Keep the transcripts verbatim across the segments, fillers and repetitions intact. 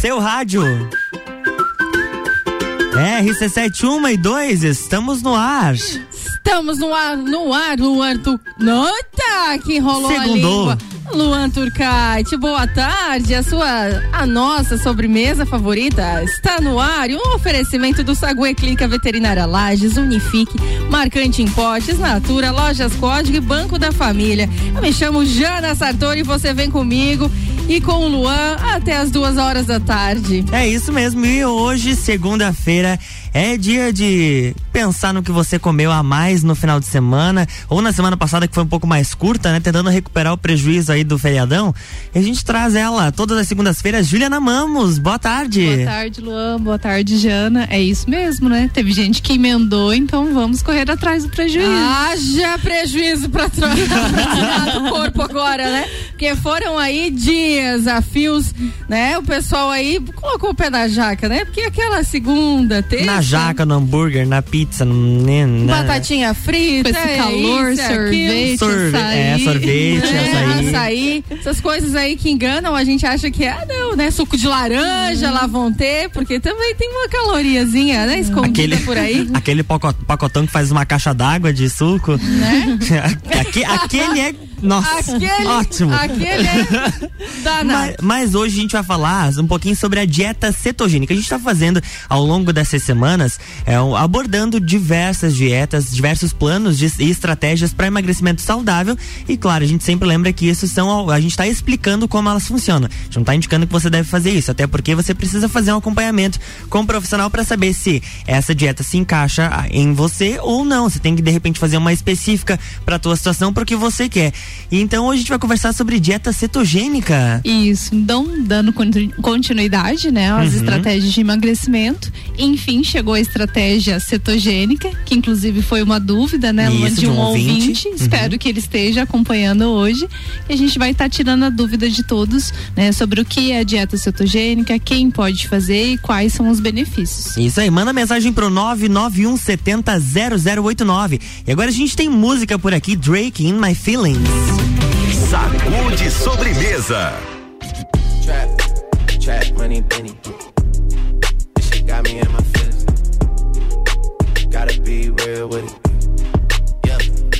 seu rádio. R C sete, um e dois, estamos no ar. Estamos no ar, no ar, Luan Tur... Nota, que rolou Segundou. a língua. Luan Turcati, boa tarde. A sua, a nossa sobremesa favorita está no ar. E um oferecimento do Saguê Clínica Veterinária Lages, Unifique, Marcante Importes, Natura, Lojas Código e Banco da Família. Eu me chamo Jana Sartori e você vem comigo e com o Luan até as duas horas da tarde. É isso mesmo. E hoje, segunda-feira, é dia de pensar no que você comeu a mais no final de semana ou na semana passada, que foi um pouco mais curta, né? Tentando recuperar o prejuízo aí do feriadão. E a gente traz ela todas as segundas-feiras, Juliana Mamos. Boa tarde. Boa tarde, Luan. Boa tarde, Jana. É isso mesmo, né? Teve gente que emendou, então vamos correr atrás do prejuízo. Haja prejuízo pra tirar do corpo agora, né? Porque foram aí dias, a fios, né? O pessoal aí colocou o pé na jaca, né? Porque aquela segunda, terça... Na jaca, no hambúrguer, na pizza, no, né, na... batatinha frita, com esse é calor, isso, sorvete, Sorve... açaí. É, sorvete, é, açaí. açaí. Essas coisas aí que enganam, a gente acha que é, não, né? Suco de laranja, hum. lá vão ter, porque também tem uma caloriazinha, né? Escondida aquele, por aí. Aquele pacotão que faz uma caixa d'água de suco. Né? aquele, aquele é... Nossa, aquele, ótimo. Aquele é danado. Mas, mas hoje a gente vai falar um pouquinho sobre a dieta cetogênica. A gente está fazendo ao longo dessas semanas, é, abordando diversas dietas, diversos planos de, e estratégias para emagrecimento saudável. E claro, a gente sempre lembra que isso são, a gente está explicando como elas funcionam. A gente não está indicando que você deve fazer isso, até porque você precisa fazer um acompanhamento com um profissional para saber se essa dieta se encaixa em você ou não. Você tem que de repente fazer uma específica para a tua situação, para o que você quer. E então hoje a gente vai conversar sobre dieta cetogênica. Isso, então dando continuidade, né, às uhum. estratégias de emagrecimento. Enfim, chegou a estratégia cetogênica, que inclusive foi uma dúvida, né, Isso, de um, um ouvinte. ouvinte. Uhum. Espero que ele esteja acompanhando hoje. E a gente vai estar tá tirando a dúvida de todos, né, sobre o que é a dieta cetogênica, quem pode fazer e quais são os benefícios. Isso aí, manda mensagem pro nove nove um sete zero zero zero oito nove. E agora a gente tem música por aqui, Drake, In My Feelings. Sacude sobremesa. Trap, trap, money, penny. This shit got me in my feelings. Gotta be real with it. Yeah.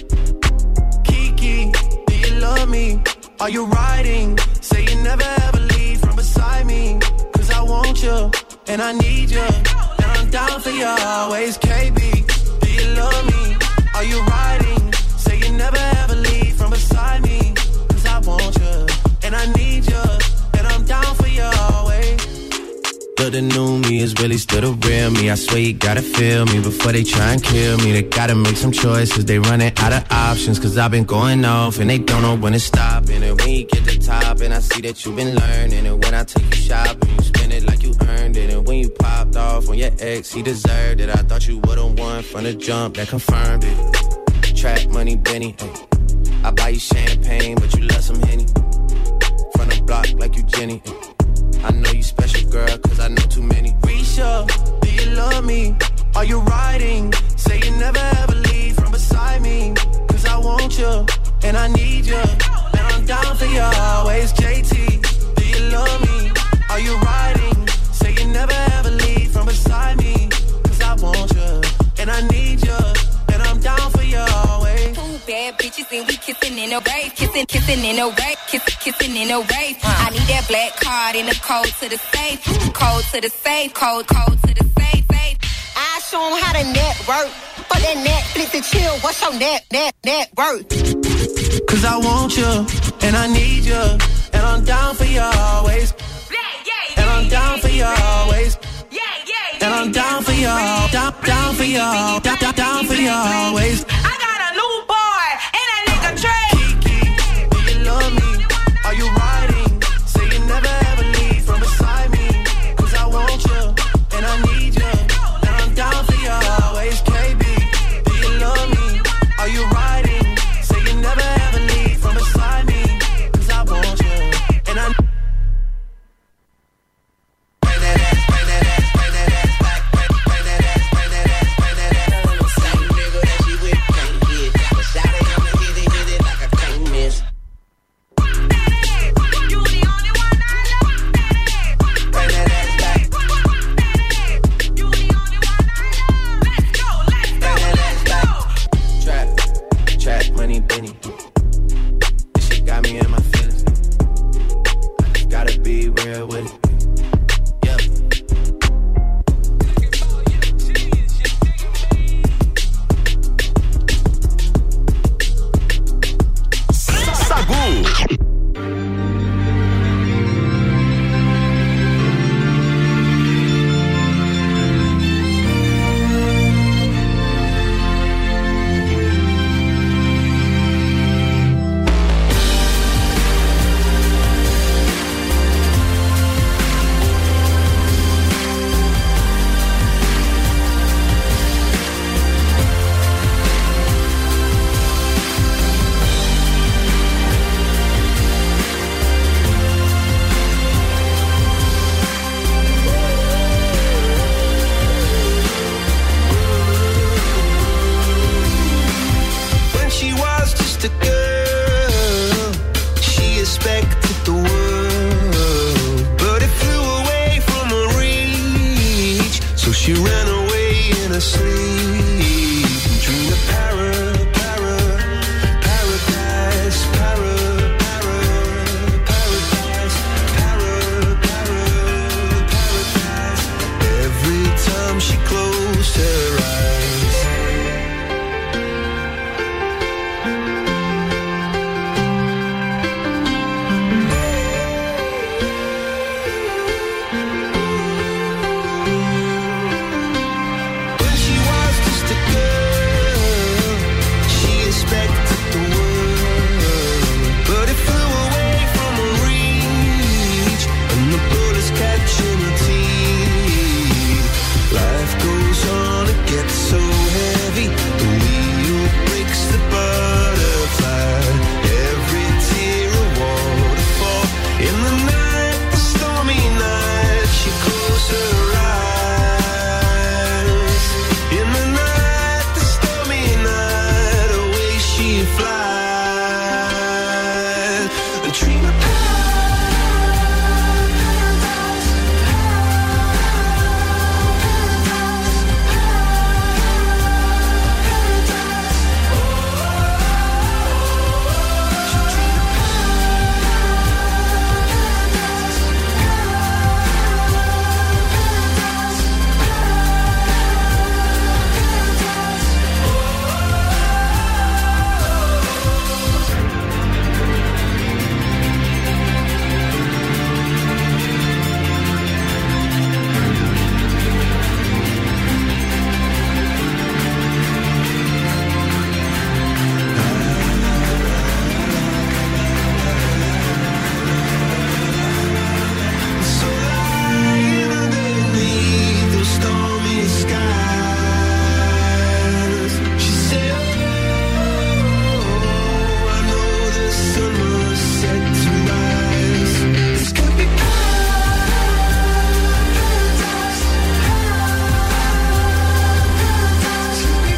Kiki, do you love me? Are you riding? Say you never ever leave from beside me. Cause I want you, and I need you. And I'm down for you always. K B, do you love me? Are you riding? Say you never ever leave from beside me. I want you, and I need you, and I'm down for you always. But the new me is really still the real me. I swear you gotta feel me before they try and kill me. They gotta make some choices, they running out of options. Cause I've been going off and they don't know when to stop. And when you get to the top and I see that you've been learning. And when I take you shopping, you spend it like you earned it. And when you popped off on your ex, he deserved it. I thought you would've won from the jump, that confirmed it. Trap money, Benny, ay. I buy you champagne, but you love some Henny. From the block like you Jenny. I know you special, girl, cause I know too many. Risha, do you love me? Are you riding? Say you never ever leave from beside me. Cause I want you, and I need you. And I'm down for you always. J T, do you love me? Are you riding? Say you never ever leave from beside me. Cause I want you, and I need you. And I'm down for you always. Bad bitches and we kissing in a rave, kissing, kissing in a rave, kissing, kissing in a rave. Uh. I need that black card in the code to the safe, code to the safe, code, code to the safe, safe. I show 'em how to network, for that Netflix and chill. What's your net, net, net worth? Cause I want you, and I need you, and I'm down for you always. Yeah, yeah, yeah, and I'm down for you always. Yeah, yeah, yeah, and I'm down for you, down, down for you, down, down, down for you always. Kiki, do you love me? Are you riding? Say you never ever leave from beside me. Cause I want you, and I need you. And I'm down for you always. K B, do you love me? Are you riding? Say you never ever leave from beside me. Cause I want you, and I bring that ass, bring that ass, bring that ass back, bring that ass, bring that ass, bring that ass, bring that ass, same nigga that a girl, she expected the world, but it flew away from her reach, so she ran away in her sleep and dreamed of para, para, paradise, para, para, paradise, para, para, paradise. Every time she closed her eyes, when she was just a girl, she expected the world, but it flew away from her reach, and the bullets catching her teeth. Life goes on, it gets so heavy, the wheel breaks the butterfly, every tear a waterfall. In the night, the stormy night, she closed her eyes. In the night, the stormy night, away she flies. A dream of so lying underneath those stormy skies. She said, oh, I know the sun was set to rise. This could be paradise, paradise, could be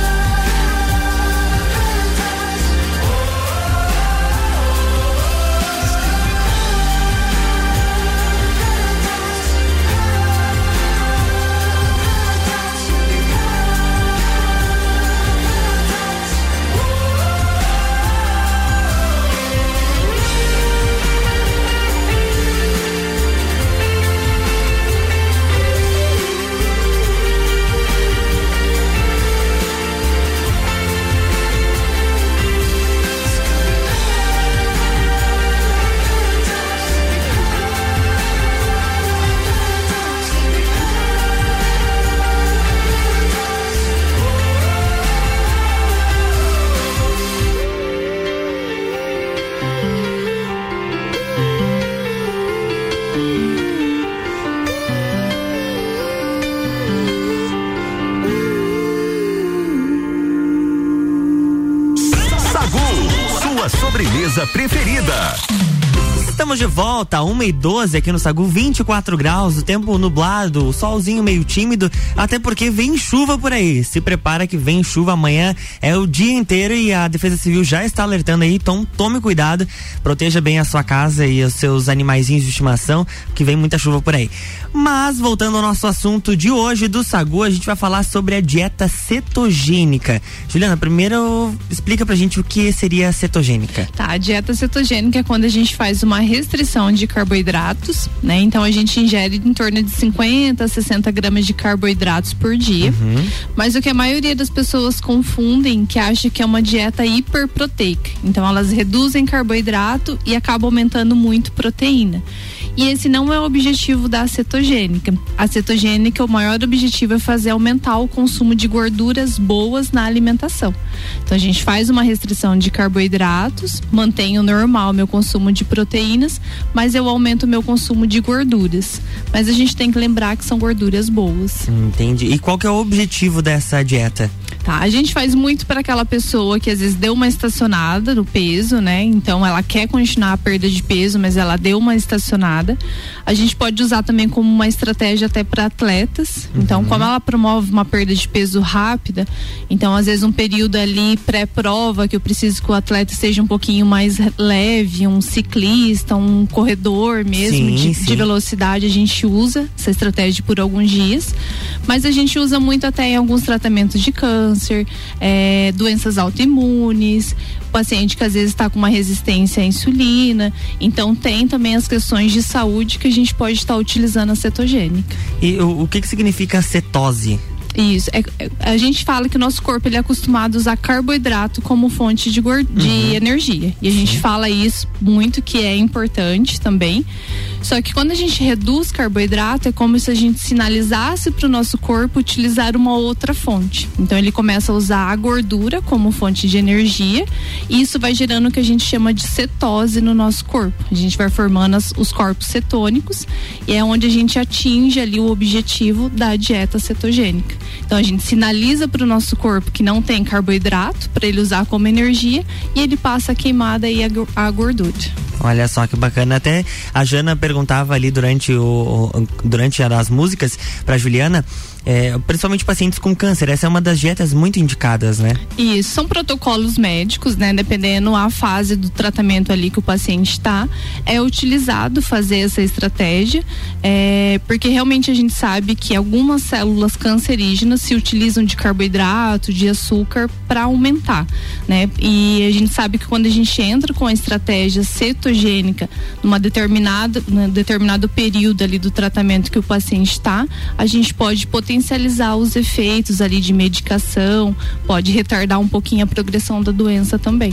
Sagu, sua sobremesa preferida. Estamos de volta, uma e doze aqui no Sagu, vinte e quatro graus, o tempo nublado, o solzinho meio tímido, até porque vem chuva por aí. Se prepara que vem chuva amanhã, é o dia inteiro e a Defesa Civil já está alertando aí, então tome cuidado, proteja bem a sua casa e os seus animaizinhos de estimação, que vem muita chuva por aí. Mas, voltando ao nosso assunto de hoje do Sagu, a gente vai falar sobre a dieta cetogênica. Juliana, primeiro explica pra gente o que seria a cetogênica. Tá, a dieta cetogênica é quando a gente faz uma restrição de carboidratos, né? Então a gente ingere em torno de cinquenta a sessenta gramas de carboidratos por dia. Uhum. Mas o que a maioria das pessoas confundem, que acha que é uma dieta hiperproteica. Então elas reduzem carboidrato e acabam aumentando muito proteína. E esse não é o objetivo da cetogênica. A cetogênica, o maior objetivo é fazer aumentar o consumo de gorduras boas na alimentação. Então a gente faz uma restrição de carboidratos, mantenho normal meu consumo de proteínas, mas eu aumento o meu consumo de gorduras. Mas a gente tem que lembrar que são gorduras boas. Entendi. E qual que é o objetivo dessa dieta? Tá, a gente faz muito para aquela pessoa que às vezes deu uma estacionada no peso, né? Então ela quer continuar a perda de peso, mas ela deu uma estacionada. indicada. A gente pode usar também como uma estratégia até para atletas. Uhum. Então, como ela promove uma perda de peso rápida, então às vezes um período ali pré-prova que eu preciso que o atleta esteja um pouquinho mais leve, um ciclista, um corredor mesmo sim, de, sim. de velocidade, a gente usa essa estratégia por alguns dias, mas a gente usa muito até em alguns tratamentos de câncer, é, doenças autoimunes, paciente que às vezes está com uma resistência à insulina, então tem também as questões de saúde que a gente pode estar tá utilizando a cetogênica. E o, o que que significa cetose? Isso, é, é, a gente fala que o nosso corpo ele é acostumado a usar carboidrato como fonte de, gord- de uhum. energia, e a gente Sim. fala isso muito, que é importante também, só que quando a gente reduz carboidrato é como se a gente sinalizasse para o nosso corpo utilizar uma outra fonte, então ele começa a usar a gordura como fonte de energia, e isso vai gerando o que a gente chama de cetose no nosso corpo, a gente vai formando as, os corpos cetônicos, e é onde a gente atinge ali o objetivo da dieta cetogênica. Então a gente sinaliza para o nosso corpo que não tem carboidrato para ele usar como energia, e ele passa a queimada aí a, a gordura. Olha só que bacana. Até a Jana perguntava ali durante o durante as músicas para Juliana, é, principalmente pacientes com câncer, essa é uma das dietas muito indicadas, né? Isso, são protocolos médicos, né? Dependendo a fase do tratamento ali que o paciente está, é utilizado fazer essa estratégia, é, porque realmente a gente sabe que algumas células cancerígenas se utilizam de carboidrato, de açúcar para aumentar, né? E a gente sabe que quando a gente entra com a estratégia cetogênica numa determinada, num determinado período ali do tratamento que o paciente está, a gente pode potencializar os efeitos ali de medicação, pode retardar um pouquinho a progressão da doença também.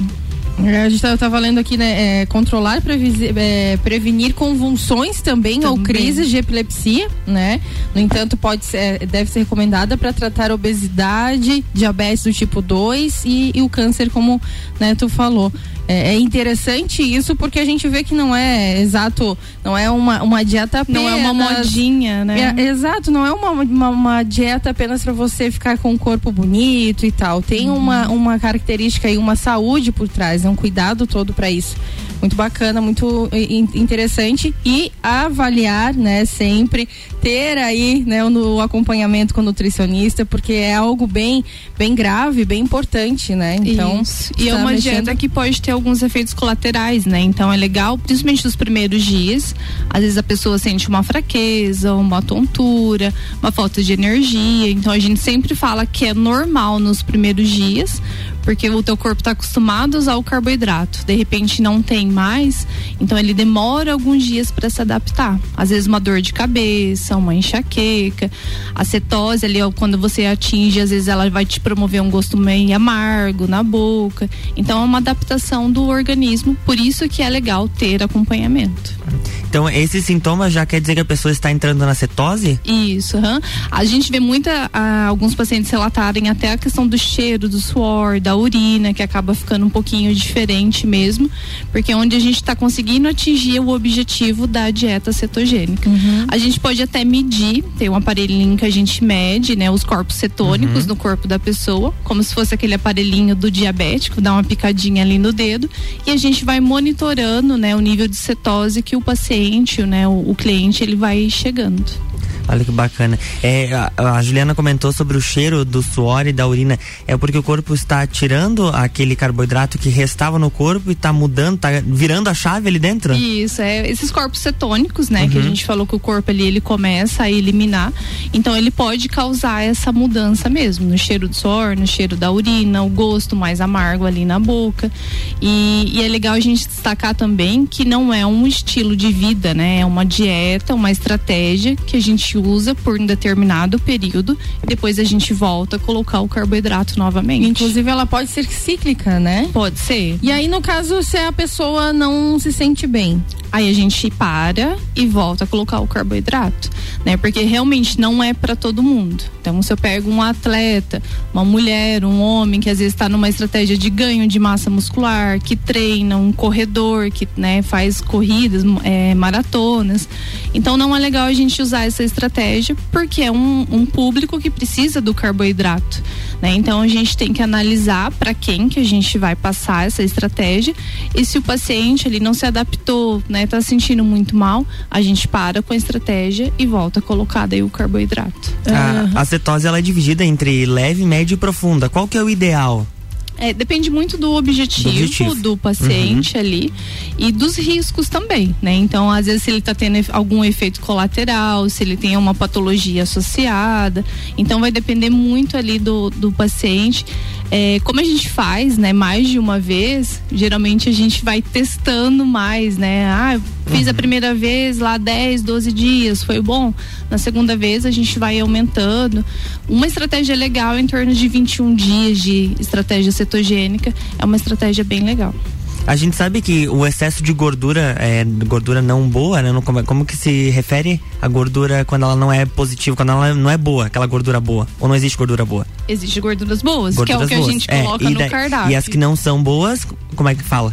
A gente tá, tá valendo aqui, né? É, controlar, previ- é, prevenir convulsões também, também ou crises de epilepsia, né? No entanto, pode ser, deve ser recomendada para tratar obesidade, diabetes do tipo dois e, e o câncer, como, né, tu falou. É, é interessante isso porque a gente vê que não é exato, não é uma, uma dieta apenas. Não é uma modinha, né? É, exato, não é uma, uma, uma dieta apenas para você ficar com o corpo bonito e tal. Tem uhum. uma, uma característica e uma saúde por trás, é um cuidado todo para isso. Muito bacana, muito interessante, e avaliar, né, sempre ter aí, né, o acompanhamento com o nutricionista, porque é algo bem, bem grave, bem importante, né? Então, isso. E é uma mexendo... dieta que pode ter alguns efeitos colaterais, né? Então é legal, principalmente nos primeiros dias, às vezes a pessoa sente uma fraqueza, uma tontura, uma falta de energia, então a gente sempre fala que é normal nos primeiros dias, porque o teu corpo está acostumado a usar o carboidrato, de repente não tem mais, então ele demora alguns dias para se adaptar. Às vezes uma dor de cabeça, uma enxaqueca, a cetose ali, ó, quando você atinge, às vezes ela vai te promover um gosto meio amargo na boca. Então é uma adaptação do organismo, por isso que é legal ter acompanhamento. Então esses sintomas já quer dizer que a pessoa está entrando na cetose? Isso, uhum. A gente vê muita, ah, alguns pacientes relatarem até a questão do cheiro, do suor, da urina, que acaba ficando um pouquinho diferente mesmo, porque é onde a gente está conseguindo atingir o objetivo da dieta cetogênica. Uhum. A gente pode até medir, tem um aparelhinho que a gente mede, né, os corpos cetônicos uhum. no corpo da pessoa, como se fosse aquele aparelhinho do diabético, dá uma picadinha ali no dedo, e a gente vai monitorando, né, o nível de cetose que o paciente, né, o, o cliente, ele vai chegando. Olha que bacana. É, a, a Juliana comentou sobre o cheiro do suor e da urina. É porque o corpo está tirando aquele carboidrato que restava no corpo e está mudando, está virando a chave ali dentro? Isso, é esses corpos cetônicos, né? Uhum. Que a gente falou que o corpo ali, ele começa a eliminar. Então ele pode causar essa mudança mesmo, no cheiro do suor, no cheiro da urina, o gosto mais amargo ali na boca. E, e é legal a gente destacar também que não é um estilo de vida, né? É uma dieta, uma estratégia que a gente usa por um determinado período e depois a gente volta a colocar o carboidrato novamente. Inclusive ela pode ser cíclica, né? Pode ser. E aí no caso, se a pessoa não se sente bem, aí a gente para e volta a colocar o carboidrato, né? Porque realmente não é para todo mundo. Então se eu pego um atleta, uma mulher, um homem que às vezes está numa estratégia de ganho de massa muscular, que treina, um corredor que, né, faz corridas, é, maratonas, então não é legal a gente usar essa estratégia porque é um, um público que precisa do carboidrato, né? Então a gente tem que analisar para quem que a gente vai passar essa estratégia e se o paciente ele não se adaptou, né, né, tá se sentindo muito mal, a gente para com a estratégia e volta a colocar daí o carboidrato. A, a cetose, ela é dividida entre leve, média e profunda. Qual que é o ideal? É, depende muito do objetivo, do, objetivo. do paciente uhum. ali e dos riscos também, né? Então, às vezes, se ele está tendo algum efeito colateral, se ele tem uma patologia associada, então vai depender muito ali do, do paciente. É, como a gente faz, né, mais de uma vez, geralmente a gente vai testando mais, né? Ah, fiz uhum. a primeira vez lá dez, doze dias, foi bom. Na segunda vez a gente vai aumentando. Uma estratégia legal em torno de vinte e um dias de estratégia cetogênica é uma estratégia bem legal. A gente sabe que o excesso de gordura é gordura não boa, né? Como, como que se refere a gordura quando ela não é positiva, quando ela não é boa, aquela gordura boa? Ou não existe gordura boa? Existe gorduras boas, gorduras que é o que boas. a gente coloca é, no daí, cardápio. E as que não são boas, como é que fala?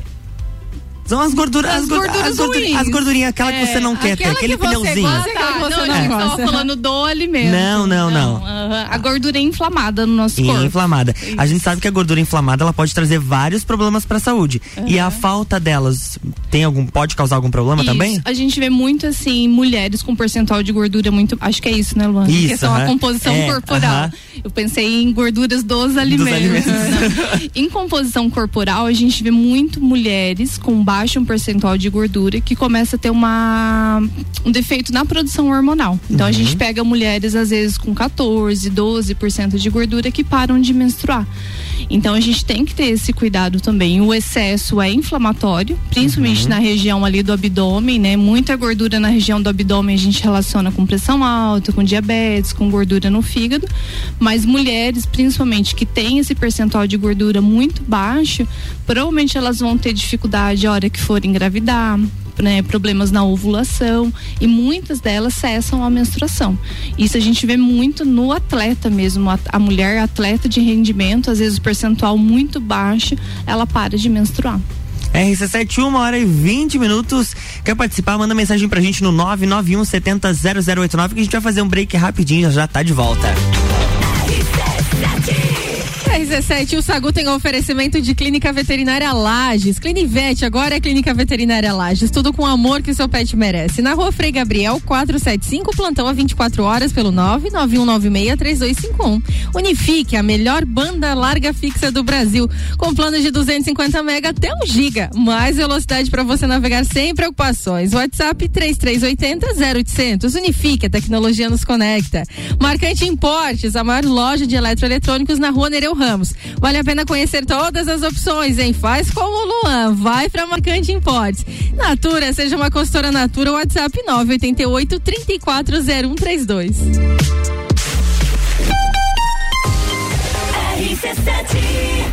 São as gorduras, as, as gorduras, as, gorduras, as gordurinhas, aquela é, que você não quer ter, aquele pneuzinho. Ah, tá, não, não, não gosta. Só falando do alimento. Não, não, não. não. Uh, a gordura é inflamada no nosso corpo. Inflamada. Isso. A gente sabe que a gordura inflamada, ela pode trazer vários problemas para a saúde. Uhum. E a falta delas tem algum, pode causar algum problema isso. também? A gente vê muito assim, mulheres com percentual de gordura muito, acho que é isso, né, Luana? Isso. Que são uh-huh. a composição é, corporal. Uh-huh. Eu pensei em gorduras dos alimentos. Dos alimentos. Em composição corporal, a gente vê muito mulheres com baixo percentual de gordura que começa a ter uma um defeito na produção hormonal. Então uhum. a gente pega mulheres às vezes com quatorze, doze por cento de gordura que param de menstruar. Então a gente tem que ter esse cuidado também. O excesso é inflamatório, principalmente uhum. na região ali do abdômen, né? Muita gordura na região do abdômen a gente relaciona com pressão alta, com diabetes, com gordura no fígado, mas mulheres, principalmente que têm esse percentual de gordura muito baixo, provavelmente elas vão ter dificuldade a hora que forem engravidar, né, problemas na ovulação, e muitas delas cessam a menstruação. Isso a gente vê muito no atleta mesmo, a, a mulher atleta de rendimento, às vezes o percentual muito baixo, ela para de menstruar. R C sete, uma hora e vinte minutos. Quer participar? Manda mensagem pra gente no nove nove um sete zero zero zero oito nove que a gente vai fazer um break rapidinho, já tá de volta. R C sete, o Sagu tem um oferecimento de Clínica Veterinária Lages. Clinivete, agora é Clínica Veterinária Lages. Tudo com o amor que o seu pet merece. Na rua Frei Gabriel, quatrocentos e setenta e cinco, plantão a vinte e quatro horas pelo nove nove um nove seis três dois cinco um. Unifique, a melhor banda larga fixa do Brasil. Com planos de duzentos e cinquenta mega até um giga. Mais velocidade para você navegar sem preocupações. WhatsApp três três oito zero zero oito zero zero. Unifique, a tecnologia nos conecta. Marcante Importes, a maior loja de eletroeletrônicos na rua Nereu Ramos. Vale a pena conhecer todas as opções, hein? Faz como o Luan, vai pra Marcante Importes. Natura, seja uma consultora Natura, WhatsApp nove oito oito, três quatro zero um três dois. R C sete.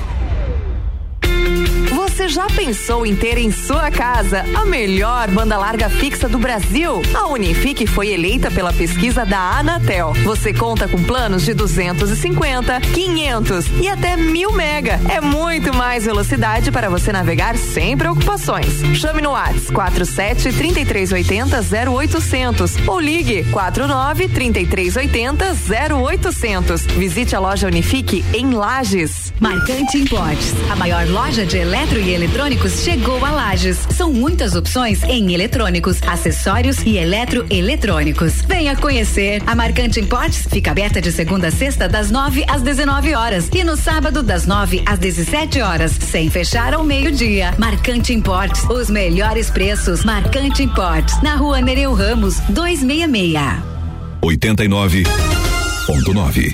Você já pensou em ter em sua casa a melhor banda larga fixa do Brasil? A Unifique foi eleita pela pesquisa da Anatel. Você conta com planos de duzentos e cinquenta, quinhentos e até mil mega. É muito mais velocidade para você navegar sem preocupações. Chame no WhatsApp quatro sete, três três oito zero, zero oito zero zero ou ligue quatro nove, três três oito zero, zero oito zero zero. Visite a loja Unifique em Lages. Marcante Importes, a maior loja de eletro e eletrônicos chegou a Lages. São muitas opções em eletrônicos, acessórios e eletroeletrônicos. Venha conhecer. A Marcante Importes fica aberta de segunda a sexta das nove às dezenove horas e no sábado das nove às dezessete horas, sem fechar ao meio-dia. Marcante Importes, os melhores preços. Marcante Importes, na rua Nereu Ramos, duzentos e sessenta e seis. oitenta e nove ponto nove.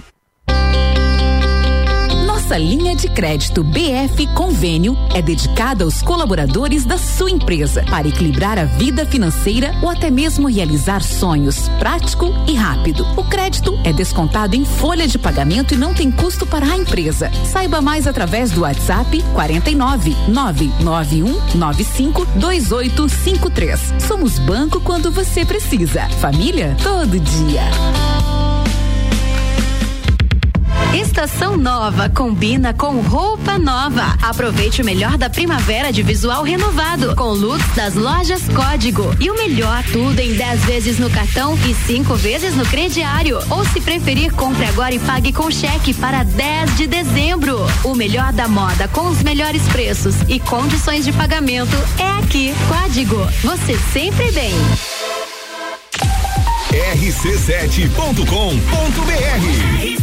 Nossa linha de crédito B F Convênio é dedicada aos colaboradores da sua empresa para equilibrar a vida financeira ou até mesmo realizar sonhos, prático e rápido. O crédito é descontado em folha de pagamento e não tem custo para a empresa. Saiba mais através do WhatsApp quarenta e nove, nove nove um nove cinco dois oito cinco três. Somos banco quando você precisa. Família todo dia. Estação nova combina com roupa nova. Aproveite o melhor da primavera de visual renovado com looks das lojas Código. E o melhor, tudo em dez vezes no cartão e cinco vezes no crediário. Ou se preferir, compre agora e pague com cheque para dez de dezembro. O melhor da moda com os melhores preços e condições de pagamento é aqui. Código, você sempre bem. R C sete ponto com ponto B R.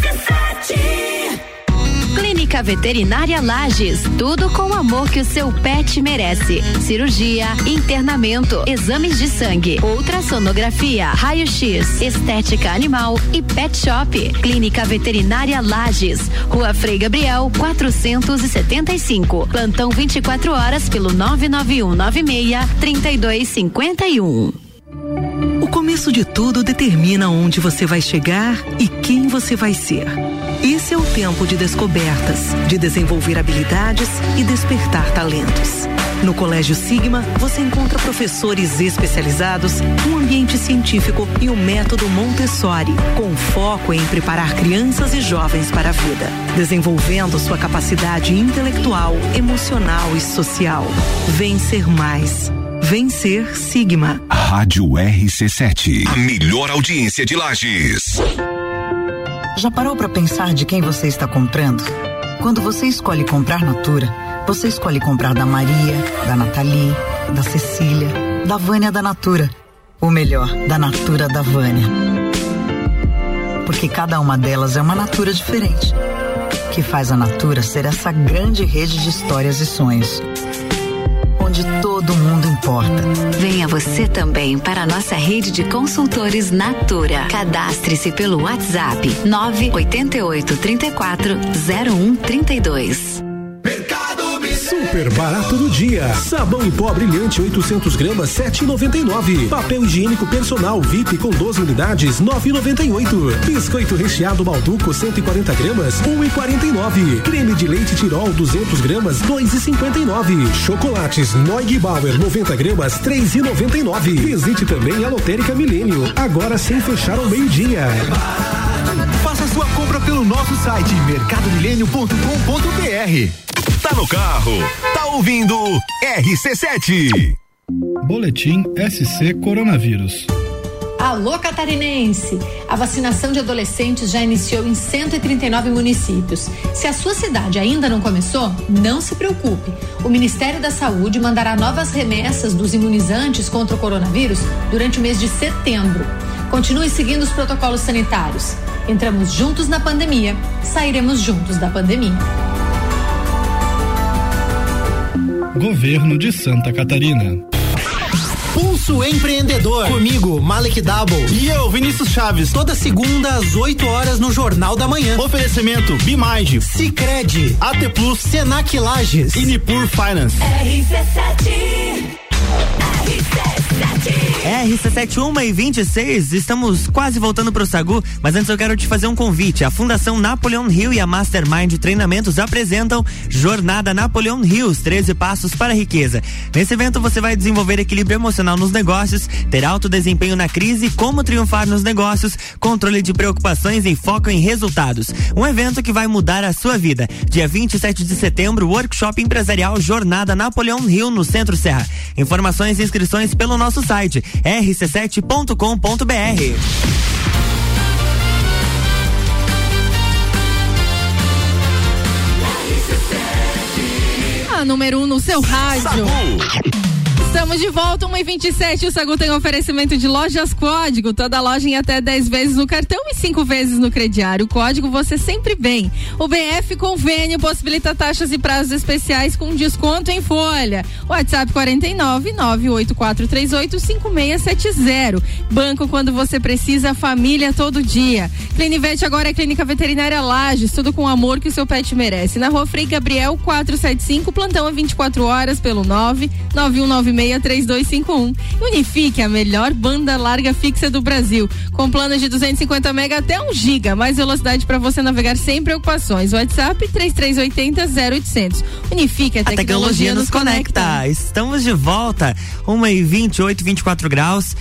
Clínica Veterinária Lages, tudo com o amor que o seu pet merece. Cirurgia, internamento, exames de sangue, ultrassonografia, raio-x, estética animal e pet shop. Clínica Veterinária Lages, Rua Frei Gabriel, quatrocentos e setenta e cinco. Plantão vinte e quatro horas pelo nove nove um nove seis, três dois cinco um. O começo de tudo determina onde você vai chegar e quem você vai ser. Esse é o tempo de descobertas, de desenvolver habilidades e despertar talentos. No Colégio Sigma, você encontra professores especializados, um ambiente científico e o método Montessori, com foco em preparar crianças e jovens para a vida, desenvolvendo sua capacidade intelectual, emocional e social. Vencer mais. Vencer Sigma. Rádio R C sete. A melhor audiência de Lages. Já parou para pensar de quem você está comprando? Quando você escolhe comprar Natura, você escolhe comprar da Maria, da Nathalie, da Cecília, da Vânia da Natura. Ou melhor, da Natura da Vânia. Porque cada uma delas é uma Natura diferente, que faz a Natura ser essa grande rede de histórias e sonhos, onde todo mundo importa. Venha você também para a nossa rede de consultores Natura. Cadastre-se pelo WhatsApp nove oito oito, três quatro, zero um três dois. Super barato do dia. Sabão em pó brilhante oitocentos gramas, sete reais e noventa e nove centavos. Papel higiênico personal V I P com doze unidades, nove reais e noventa e oito centavos. Biscoito recheado Balduco cento e quarenta gramas, um real e quarenta e nove centavos. Creme de leite Tirol duzentos gramas, dois reais e cinquenta e nove centavos. Chocolates Neugbauer noventa gramas, três reais e noventa e nove centavos. Visite também a Lotérica Milênio, agora sem fechar ao meio-dia. Faça sua compra pelo nosso site mercado milênio ponto com ponto B R. Tá no carro, tá ouvindo R C sete. Boletim S C Coronavírus. Alô catarinense! A vacinação de adolescentes já iniciou em cento e trinta e nove municípios. Se a sua cidade ainda não começou, não se preocupe. O Ministério da Saúde mandará novas remessas dos imunizantes contra o coronavírus durante o mês de setembro. Continue seguindo os protocolos sanitários. Entramos juntos na pandemia, sairemos juntos da pandemia. Governo de Santa Catarina. Pulso Empreendedor. Comigo, Malek Double. E eu, Vinícius Chaves. Toda segunda às oito horas no Jornal da Manhã. Oferecimento Bimage, Sicredi, A T Plus, Senac Lages e Nipur Finance. R C sete. R C sete, uma e vinte e seis, estamos quase voltando pro Sagu, mas antes eu quero te fazer um convite. A Fundação Napoleon Hill e a Mastermind Treinamentos apresentam Jornada Napoleon Hill, os treze passos para a riqueza. Nesse evento você vai desenvolver equilíbrio emocional nos negócios, ter alto desempenho na crise, como triunfar nos negócios, controle de preocupações e foco em resultados. Um evento que vai mudar a sua vida. Dia vinte e sete de setembro, workshop empresarial Jornada Napoleon Hill no Centro Serra. Informações e inscrições pelo nosso site r c sete ponto com ponto b r. A número um no seu rádio. Sagu. Estamos de volta, uma e vinte e sete. O Sagu tem oferecimento de Lojas Código. Toda loja em até dez vezes no cartão e cinco vezes no crediário. Código você sempre bem. O B F Convênio possibilita taxas e prazos especiais com desconto em folha. WhatsApp quarenta e nove, nove oito quatro três oito, cinco seis sete zero. Banco quando você precisa, família todo dia. Clinivete agora é Clínica Veterinária Lages, tudo com o amor que o seu pet merece. Na Rua Frei Gabriel quatrocentos e setenta e cinco, plantão é vinte e quatro horas pelo nove nove um nove seis, três dois cinco um. Unifique, a melhor banda larga fixa do Brasil, com planos de duzentos e cinquenta mega até um giga, mais velocidade para você navegar sem preocupações. WhatsApp três três oito zero, zero oitocentos. Unifique, a, a tecnologia, tecnologia nos conecta. conecta. Estamos de volta, uma e vinte e oito, vinte e quatro graus.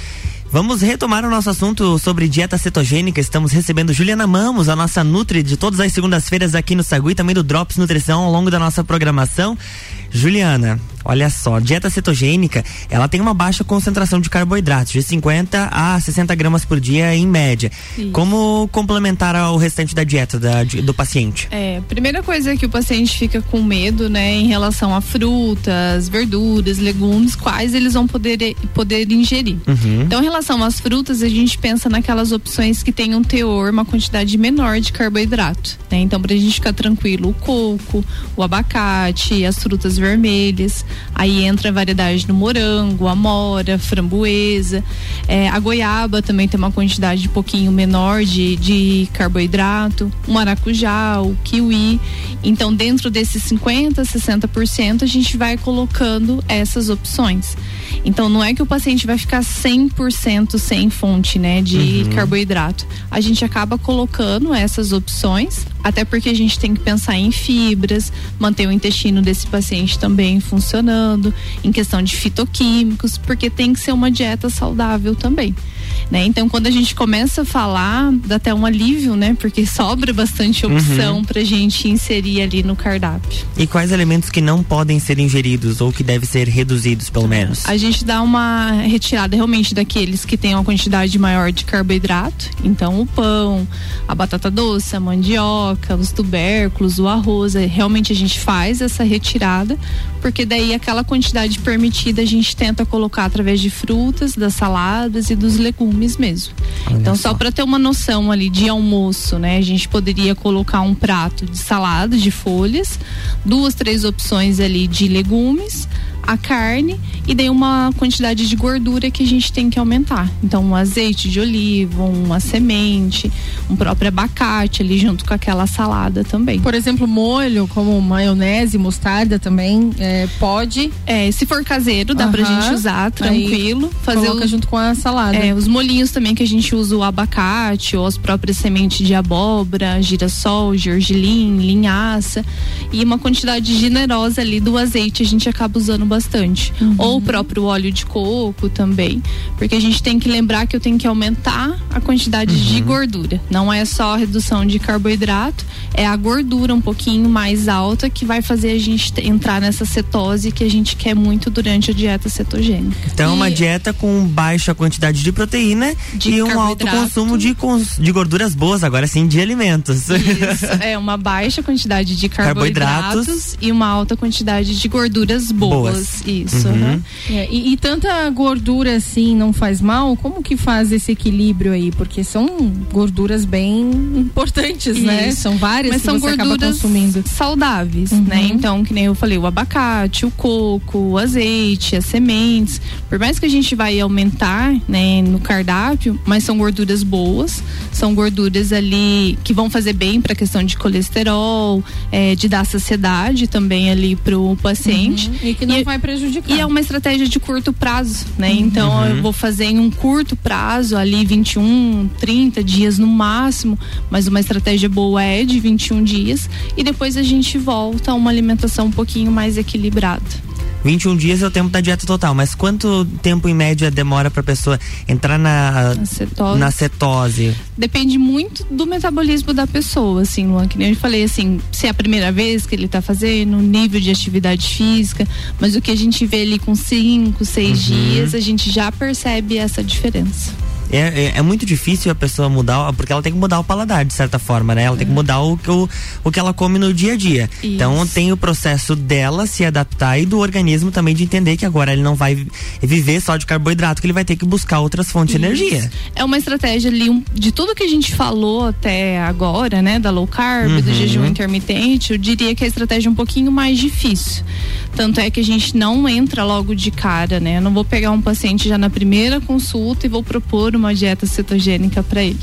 Vamos retomar o nosso assunto sobre dieta cetogênica. Estamos recebendo Juliana Mamos, a nossa Nutri de todas as segundas-feiras aqui no Sagu e também do Drops Nutrição ao longo da nossa programação. Juliana, olha só, dieta cetogênica, ela tem uma baixa concentração de carboidratos, de cinquenta a sessenta gramas por dia em média. Isso. Como complementar ao restante da dieta da, do paciente? É, primeira coisa é que o paciente fica com medo, né, em relação a frutas, verduras, legumes, quais eles vão poder, poder ingerir. Uhum. Então, em relação às frutas, a gente pensa naquelas opções que tem um teor, uma quantidade menor de carboidrato, né? Então, pra gente ficar tranquilo, o coco, o abacate, as frutas vermelhas, aí entra a variedade do morango, amora, framboesa, é, a goiaba também tem uma quantidade um pouquinho menor de, de carboidrato, o maracujá, o kiwi. Então, dentro desses cinquenta, sessenta por cento, a gente vai colocando essas opções. Então, não é que o paciente vai ficar cem por cento sem fonte, né, de uhum. carboidrato. A gente acaba colocando essas opções, até porque a gente tem que pensar em fibras, manter o intestino desse paciente também funcionando, em questão de fitoquímicos, porque tem que ser uma dieta saudável também, né? Então, quando a gente começa a falar, dá até um alívio, né? Porque sobra bastante opção uhum. pra gente inserir ali no cardápio. E quais alimentos que não podem ser ingeridos ou que devem ser reduzidos, pelo menos? A gente dá uma retirada realmente daqueles que têm uma quantidade maior de carboidrato. Então, o pão, a batata doce, a mandioca, os tubérculos, o arroz. Realmente a gente faz essa retirada, porque daí aquela quantidade permitida a gente tenta colocar através de frutas, das saladas e dos legumes mesmo. Olha então, só, só para ter uma noção ali de almoço, né? A gente poderia colocar um prato de salada, de folhas, duas, três opções ali de legumes, a carne e daí uma quantidade de gordura que a gente tem que aumentar. Então, um azeite de oliva, uma semente, um próprio abacate ali junto com aquela salada também. Por exemplo, molho como maionese, mostarda também é, pode? É, se for caseiro, dá uh-huh. pra gente usar tranquilo. Aí, fazer coloca o, junto com a salada. É, os molhinhos também que a gente usa, o abacate ou as próprias sementes de abóbora, girassol, gergelim, linhaça e uma quantidade generosa ali do azeite a gente acaba usando bastante. Uhum. Ou o próprio óleo de coco também, porque a gente tem que lembrar que eu tenho que aumentar a quantidade uhum. de gordura. Não é só a redução de carboidrato, é a gordura um pouquinho mais alta que vai fazer a gente entrar nessa cetose que a gente quer muito durante a dieta cetogênica. Então, e uma dieta com baixa quantidade de proteína de e um alto consumo de, de gorduras boas, agora sim, de alimentos. Isso, é uma baixa quantidade de carboidratos, carboidratos e uma alta quantidade de gorduras boas. boas. Isso, uhum. né? É, e, e tanta gordura assim não faz mal? Como que faz esse equilíbrio aí? Porque são gorduras bem importantes, Isso. né? São várias Mas que são você gorduras acaba consumindo. saudáveis, uhum. né? Então, que nem eu falei, o abacate, o coco, o azeite, as sementes. Por mais que a gente vai aumentar, né, no cardápio, mas são gorduras boas, são gorduras ali que vão fazer bem para a questão de colesterol, é, de dar saciedade também ali pro paciente. Uhum. E que não e, vai prejudicar. E é uma estratégia de curto prazo, né? Uhum. Então eu vou fazer em um curto prazo, ali vinte e um, trinta dias no máximo, mas uma estratégia boa é de vinte e um dias e depois a gente volta a uma alimentação um pouquinho mais equilibrada. vinte e um dias é o tempo da dieta total, mas quanto tempo em média demora pra pessoa entrar na, na, cetose. na cetose? Depende muito do metabolismo da pessoa, assim, Luan, que nem eu falei, assim, se é a primeira vez que ele tá fazendo, nível de atividade física, mas o que a gente vê ali com cinco, seis uhum. dias, a gente já percebe essa diferença. É, é, é muito difícil a pessoa mudar, porque ela tem que mudar o paladar, de certa forma, né? Ela é. tem que mudar o, o, o que ela come no dia a dia. Isso. Então tem o processo dela se adaptar e do organismo também de entender que agora ele não vai viver só de carboidrato, que ele vai ter que buscar outras fontes Isso. de energia. É uma estratégia ali, um, de tudo que a gente falou até agora, né? Da low carb, uhum. do jejum intermitente, eu diria que a estratégia é um pouquinho mais difícil. Tanto é que a gente não entra logo de cara, né? Eu não vou pegar um paciente já na primeira consulta e vou propor uma dieta cetogênica para ele.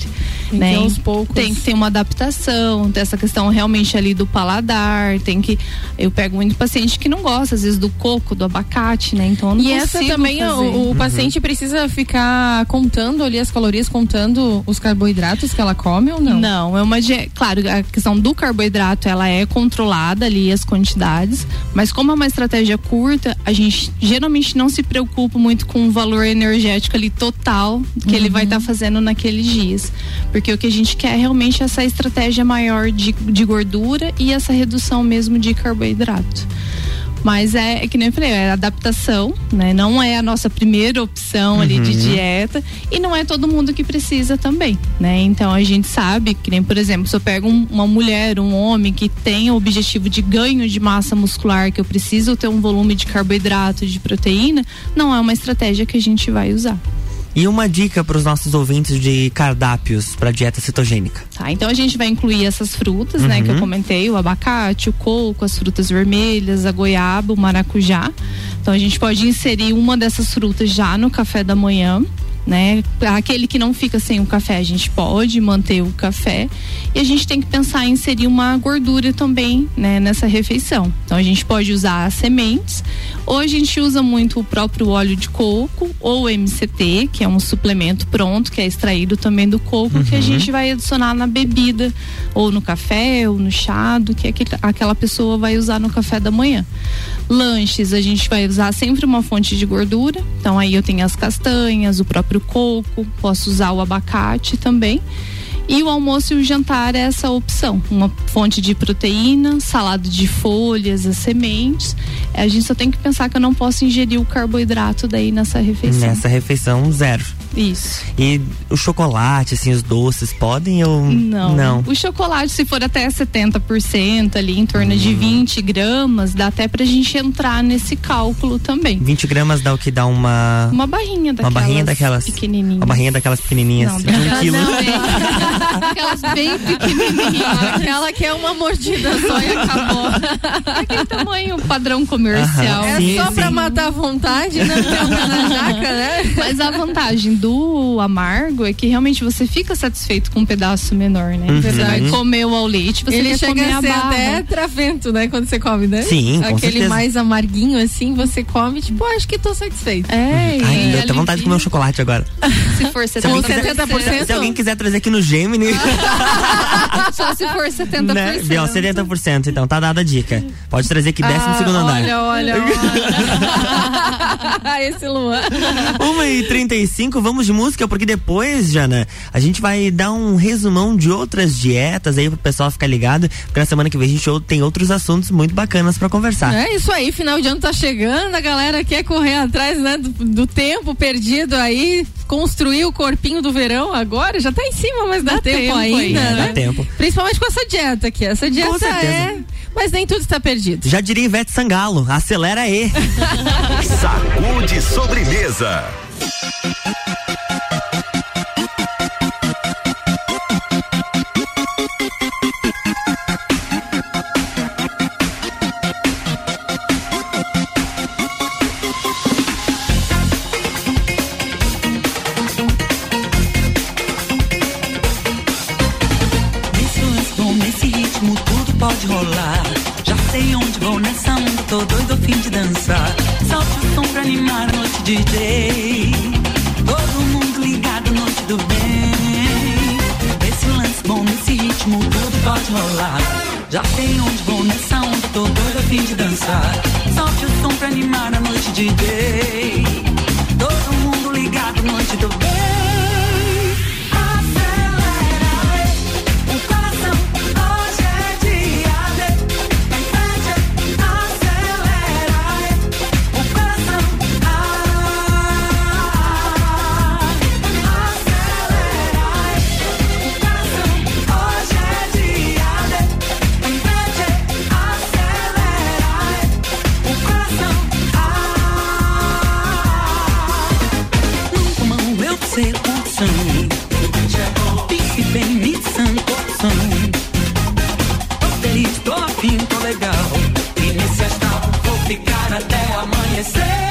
Tem né? que aos poucos. Tem que ter uma adaptação dessa questão realmente ali do paladar, tem que, eu pego muito paciente que não gosta às vezes do coco, do abacate, né? Então eu não E essa também fazer. o, o uhum. paciente precisa ficar contando ali as calorias, contando os carboidratos que ela come ou não? Não, é uma dieta, claro, a questão do carboidrato ela é controlada ali as quantidades, mas como é uma estratégia curta, a gente geralmente não se preocupa muito com o valor energético ali total que uhum. ele vai estar tá fazendo naqueles dias, porque o que a gente quer é realmente essa estratégia maior de, de gordura e essa redução mesmo de carboidrato. Mas é, é que nem eu falei, é adaptação, né? Não é a nossa primeira opção uhum. ali de dieta e não é todo mundo que precisa também, né? Então a gente sabe que nem, por exemplo, se eu pego um, uma mulher, um homem que tem o objetivo de ganho de massa muscular, que eu preciso ter um volume de carboidrato, de proteína, não é uma estratégia que a gente vai usar. E uma dica para os nossos ouvintes de cardápios para dieta cetogênica. Tá, então a gente vai incluir essas frutas, uhum. né, que eu comentei, o abacate, o coco, as frutas vermelhas, a goiaba, o maracujá. Então a gente pode inserir uma dessas frutas já no café da manhã, né? Aquele que não fica sem o café, a gente pode manter o café e a gente tem que pensar em inserir uma gordura também, né, nessa refeição. Então a gente pode usar as sementes, ou a gente usa muito o próprio óleo de coco ou o M C T, que é um suplemento pronto, que é extraído também do coco, uhum. que a gente vai adicionar na bebida, ou no café, ou no chá, do que aquela pessoa vai usar no café da manhã. Lanches, a gente vai usar sempre uma fonte de gordura, então aí eu tenho as castanhas, o próprio coco, posso usar o abacate também. E o almoço e o jantar é essa opção, uma fonte de proteína, salada de folhas, as sementes. A gente só tem que pensar que eu não posso ingerir o carboidrato daí nessa refeição. Nessa refeição, zero. Isso. E o chocolate, assim, os doces, podem ou não? Não. O chocolate, se for até setenta por cento ali, em torno hum. de vinte gramas, dá até pra gente entrar nesse cálculo também. vinte gramas dá o que? Dá uma... Uma barrinha daquelas. Uma barrinha daquelas. Pequenininhas. Uma barrinha daquelas pequenininhas. Não, de um quilo. Aquelas bem pequenininhas. Aquela que é uma mordida só e acabou. Aquele tamanho padrão comercial. É sim, só sim. pra matar a vontade, não tem um na jaca, né? Mas a vantagem do amargo é que realmente você fica satisfeito com um pedaço menor, né? Uhum. Você vai comer o ao leite, você Ele quer chega comer a ser a barra. até travento, né? Quando você come, né? Sim, com Aquele certeza. mais amarguinho assim, você come, tipo, acho que tô satisfeito. É, Ai, deu até vontade de comer um chocolate agora. Se for Se alguém, setenta por cento. quiser, se alguém quiser trazer aqui no Gemini. Só se for setenta por cento. Né? Biel, setenta por cento, então tá dada a dica. Pode trazer aqui décimo ah, segundo andar. Olha, olha, olha. Esse Luan. uma e trinta e cinco, vamos de música, porque depois, Jana, a gente vai dar um resumão de outras dietas aí pro pessoal ficar ligado, porque na semana que vem a gente tem outros assuntos muito bacanas pra conversar. É isso aí, final de ano tá chegando, a galera quer correr atrás, né, do, do tempo perdido aí, construir o corpinho do verão agora, já tá em cima, mas dá, dá tempo, tempo ainda, ainda, né? Dá tempo. Principalmente com essa dieta aqui, essa dieta é, mas nem tudo está perdido. Já diria Ivete Sangalo, acelera aí. Sacude sobremesa. Pode rolar, já sei onde vou nessa onda, tô doido a fim de dançar. Solte o som pra animar a noite, D J. Todo mundo ligado, noite do bem. Nesse lance bom, nesse ritmo, tudo pode rolar. Já sei onde vou nessa onda, tô doido a fim de dançar. Solte o som pra animar a noite, D J. Todo mundo ligado, noite do bem. Pense bem, Nissan, coração. Tô feliz, tô afim, tô legal. E nesse astral vou ficar até amanhecer.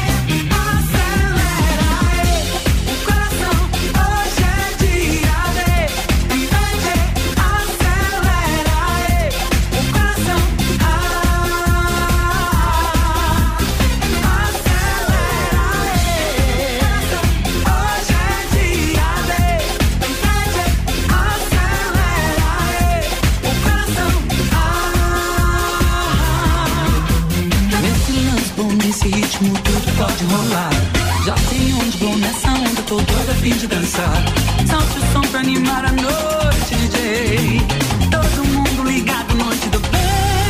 Acelera, o coração hoje é dia de ritmo, tudo pode rolar. Já sei onde vou nessa onda, tô doida a fim de dançar. Solte o som pra animar a noite, D J. Todo mundo ligado, noite do bem.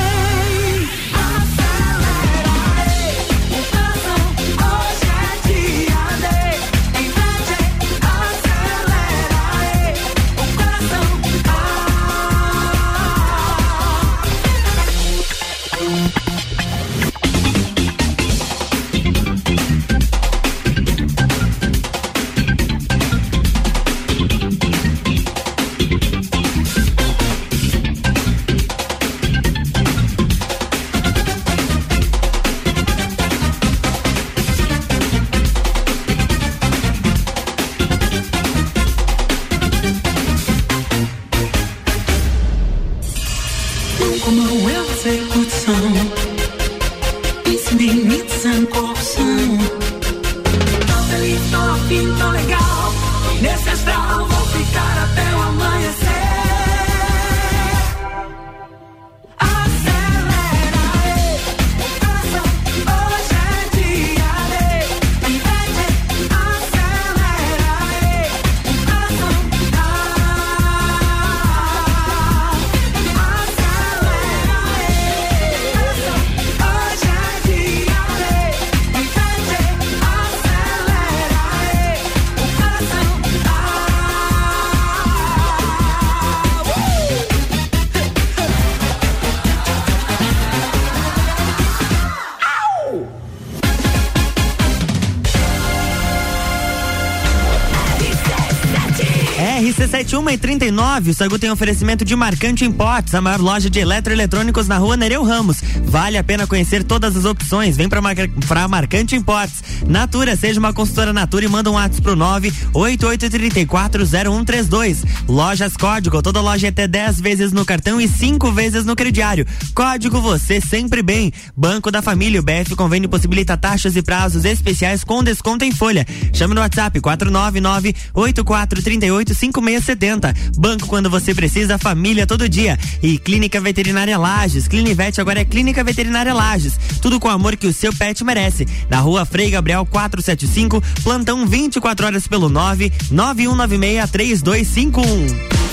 uma e trinta e nove, o Sagu tem oferecimento de Marcante Imports, a maior loja de eletroeletrônicos na rua Nereu Ramos. Vale a pena conhecer todas as opções. Vem pra, Mar pra Marcante Imports. Natura, seja uma consultora Natura e manda um WhatsApp pro nove oito oito três quatro zero um três dois. Lojas Código, toda loja é até dez vezes no cartão e cinco vezes no crediário. Código você sempre bem. Banco da Família, o B F Convênio possibilita taxas e prazos especiais com desconto em folha. Chame no WhatsApp quatro nove nove oito quatro três oito cinco seis sete zero. Banco quando você precisa, família todo dia. E Clínica Veterinária Lages. Clinivete agora é Clínica Veterinária Lages. Tudo com o amor que o seu pet merece. Na rua Frei Gabriel quatrocentos e setenta e cinco, plantão vinte e quatro horas pelo nove nove um nove seis três dois cinco um.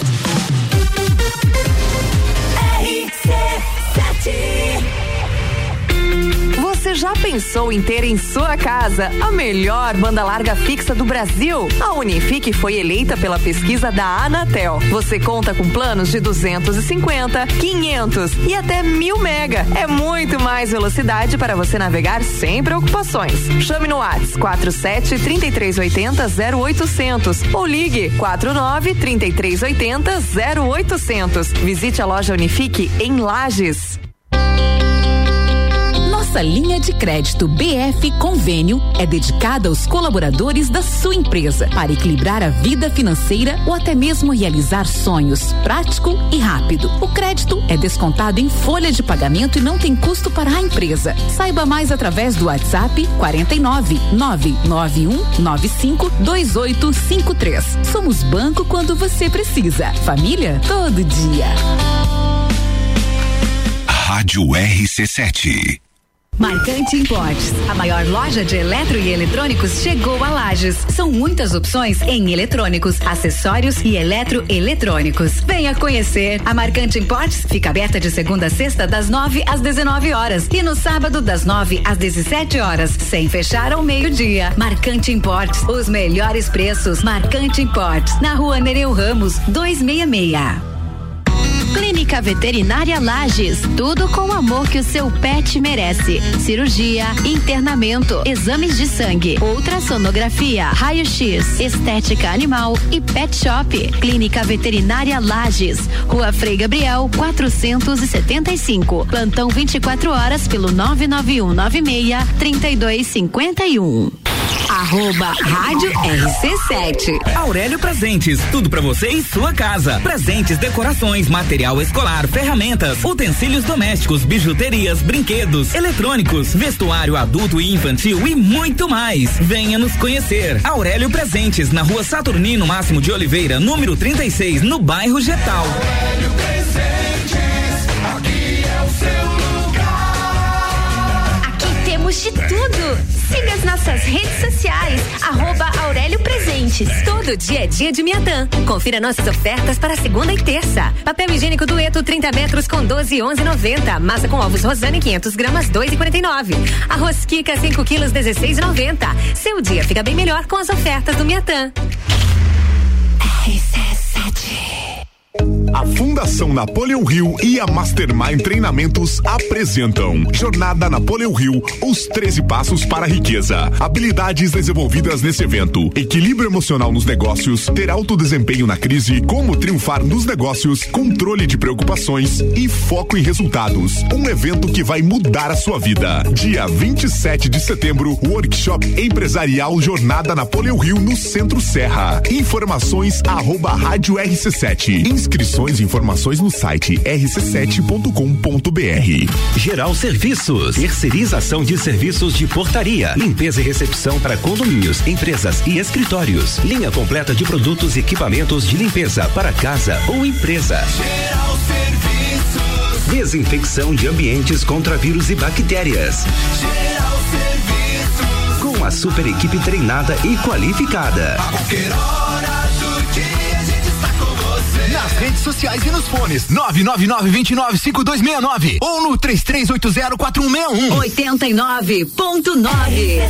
Você já pensou em ter em sua casa a melhor banda larga fixa do Brasil? A Unifique foi eleita pela pesquisa da Anatel. Você conta com planos de duzentos e cinquenta, quinhentos e até mil mega. É muito mais velocidade para você navegar sem preocupações. Chame no WhatsApp quatro sete três três oito zero zero oito zero zero ou ligue quatro nove três três oito zero zero oito zero zero. Visite a loja Unifique em Lages. Nossa linha de crédito B F Convênio é dedicada aos colaboradores da sua empresa para equilibrar a vida financeira ou até mesmo realizar sonhos, prático e rápido. O crédito é descontado em folha de pagamento e não tem custo para a empresa. Saiba mais através do WhatsApp quatro nove nove nove um nove cinco dois oito cinco três. Somos banco quando você precisa. Família todo dia. Rádio R C sete. Marcante Imports, a maior loja de eletro e eletrônicos chegou a Lages. São muitas opções em eletrônicos, acessórios e eletroeletrônicos. Venha conhecer. A Marcante Imports fica aberta de segunda a sexta das nove às dezenove horas e no sábado das nove às dezessete horas, sem fechar ao meio-dia. Marcante Imports, os melhores preços. Marcante Imports, na rua Nereu Ramos, duzentos e sessenta e seis. Clínica Veterinária Lages, tudo com o amor que o seu pet merece. Cirurgia, internamento, exames de sangue, ultrassonografia, raio-x, estética animal e pet shop. Clínica Veterinária Lages, Rua Frei Gabriel quatrocentos e setenta e cinco, plantão vinte e quatro horas pelo nove nove um nove seis três dois cinco um. Arroba Rádio R C sete. Aurélio Presentes, tudo pra você em sua casa. Presentes, decorações, material escolar, ferramentas, utensílios domésticos, bijuterias, brinquedos, eletrônicos, vestuário adulto e infantil e muito mais. Venha nos conhecer. Aurélio Presentes, na rua Saturnino Máximo de Oliveira, número trinta e seis, no bairro Getal. Aurélio Presentes, aqui é o seu lugar. Aqui temos de tudo. Siga as nossas redes sociais, arroba Aurélio Presentes. Todo dia é dia de Miatã. Confira nossas ofertas para segunda e terça. Papel higiênico Dueto trinta metros com doze e onze e noventa. Massa com ovos Rosane quinhentos gramas dois e quarenta e nove. Arroz Kika cinco quilos dezesseis e noventa. Seu dia fica bem melhor com as ofertas do Miatã. R C sete. A Fundação Napoleão Hill e a Mastermind Treinamentos apresentam Jornada Napoleão Hill, os treze passos para a riqueza. Habilidades desenvolvidas nesse evento: equilíbrio emocional nos negócios, ter alto desempenho na crise, como triunfar nos negócios, controle de preocupações e foco em resultados. Um evento que vai mudar a sua vida. Dia vinte e sete de setembro, workshop empresarial Jornada Napoleão Hill no Centro Serra. Informações arroba rádio R C sete. Inscrições e informações no site r c sete ponto com ponto b r. Geral Serviços, terceirização de serviços de portaria, limpeza e recepção para condomínios, empresas e escritórios. Linha completa de produtos e equipamentos de limpeza para casa ou empresa. Geral Serviços. Desinfecção de ambientes contra vírus e bactérias. Geral Serviços. Com a super equipe treinada e qualificada. A qualquer hora do dia a gente está com você. Nas redes sociais e nos fones nove nove nove, dois nove cinco dois seis nove ou no três três oito zero quatro um seis um. oitenta e nove ponto nove.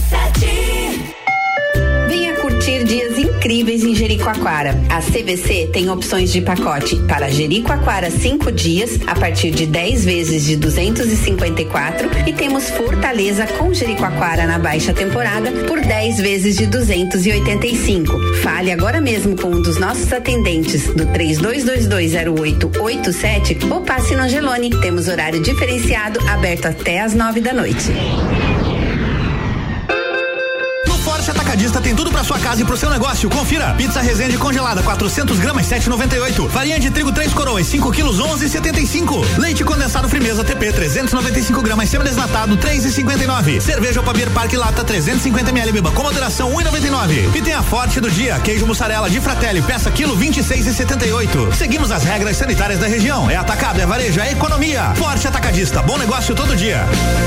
Venha curtir dias incríveis em Jericoacoara. A C V C tem opções de pacote para Jericoacoara cinco dias a partir de dez vezes de duzentos e cinquenta e quatro e temos Fortaleza com Jericoacoara na baixa temporada por dez vezes de duzentos e oitenta e cinco. Fale agora mesmo com um dos nossos atendentes do três dois dois dois zero oito oito sete ou passe no Angelone. Temos horário diferenciado aberto até às nove da noite. Forte Atacadista tem tudo pra sua casa e pro seu negócio. Confira: pizza Resende congelada quatrocentos gramas sete e noventa e oito. Farinha de trigo três coroas cinco quilos onze e setenta e cinco. Leite condensado Frimeza T P trezentos e noventa e cinco gramas semi-desnatado três e cinquenta e nove. Cerveja Opabir Parque Lata trezentos e cinquenta mililitros beba com moderação um e noventa e nove. E tem a Forte do dia: queijo mussarela de Fratelli peça quilo vinte e seis e setenta e oito. Seguimos as regras sanitárias da região. É atacado, é varejo, é economia. Forte Atacadista, bom negócio todo dia.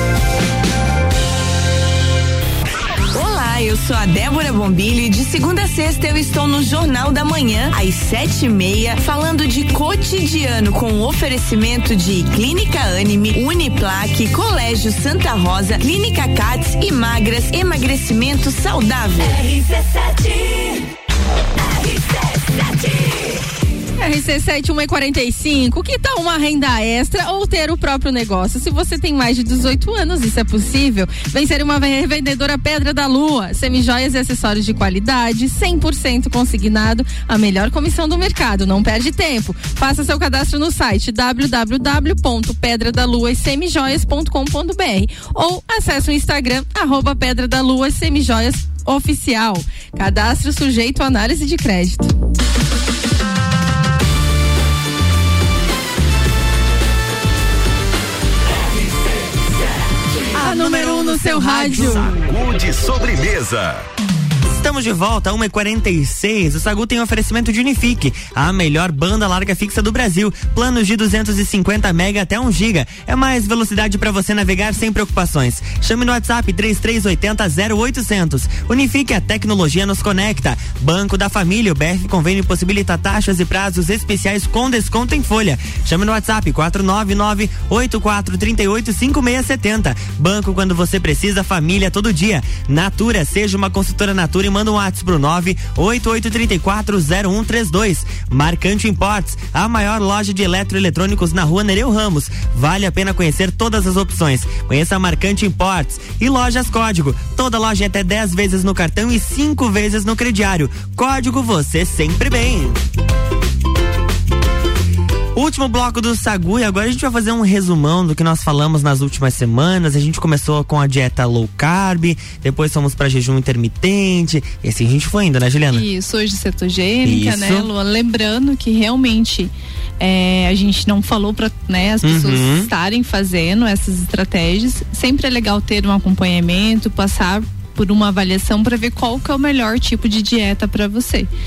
Olá, eu sou a Débora Bombilho e de segunda a sexta eu estou no Jornal da Manhã, às sete e meia, falando de cotidiano com oferecimento de Clínica Anime, Uniplaque, Colégio Santa Rosa, Clínica Cats e Magras, emagrecimento saudável. R C sete. R C sete. R C sete, um e quarenta e cinco. Que tal uma renda extra ou ter o próprio negócio? Se você tem mais de dezoito anos, isso é possível. Vem ser uma revendedora Pedra da Lua. Semijoias e acessórios de qualidade, cem por cento consignado, a melhor comissão do mercado. Não perde tempo. Faça seu cadastro no site w w w ponto pedra da lua e semijoias ponto com ponto b r ou acesse o Instagram arroba Pedra da Lua Semijoias Oficial. Cadastro sujeito à análise de crédito. A número um no seu rádio. Sacude sobremesa. Estamos de volta, uma e quarenta e seis. O Sagu tem oferecimento de Unifique, a melhor banda larga fixa do Brasil. Planos de duzentos e cinquenta mega até um giga. É mais velocidade para você navegar sem preocupações. Chame no WhatsApp três três oito zero zero oito zero zero. Unifique, a tecnologia nos conecta. Banco da Família, o B F Convênio possibilita taxas e prazos especiais com desconto em folha. Chame no WhatsApp quatro nove nove oito quatro três oito cinco seis sete zero. Banco quando você precisa, família todo dia. Natura, seja uma consultora Natura e manda um WhatsApp pro nove oito oito três quatro zero um três dois. Marcante Imports, a maior loja de eletroeletrônicos na rua Nereu Ramos. Vale a pena conhecer todas as opções. Conheça a Marcante Imports. E Lojas Código, toda loja é até dez vezes no cartão e cinco vezes no crediário. Código, você sempre bem. Último bloco do Sagu, e agora a gente vai fazer um resumão do que nós falamos nas últimas semanas. A gente começou com a dieta low carb, depois fomos para jejum intermitente, e assim a gente foi indo, né, Juliana? Isso, hoje cetogênica, Isso. né, Luan? Lembrando que realmente é, a gente não falou para, né, as pessoas Uhum. estarem fazendo essas estratégias. Sempre é legal ter um acompanhamento, passar por uma avaliação para ver qual que é o melhor tipo de dieta para você.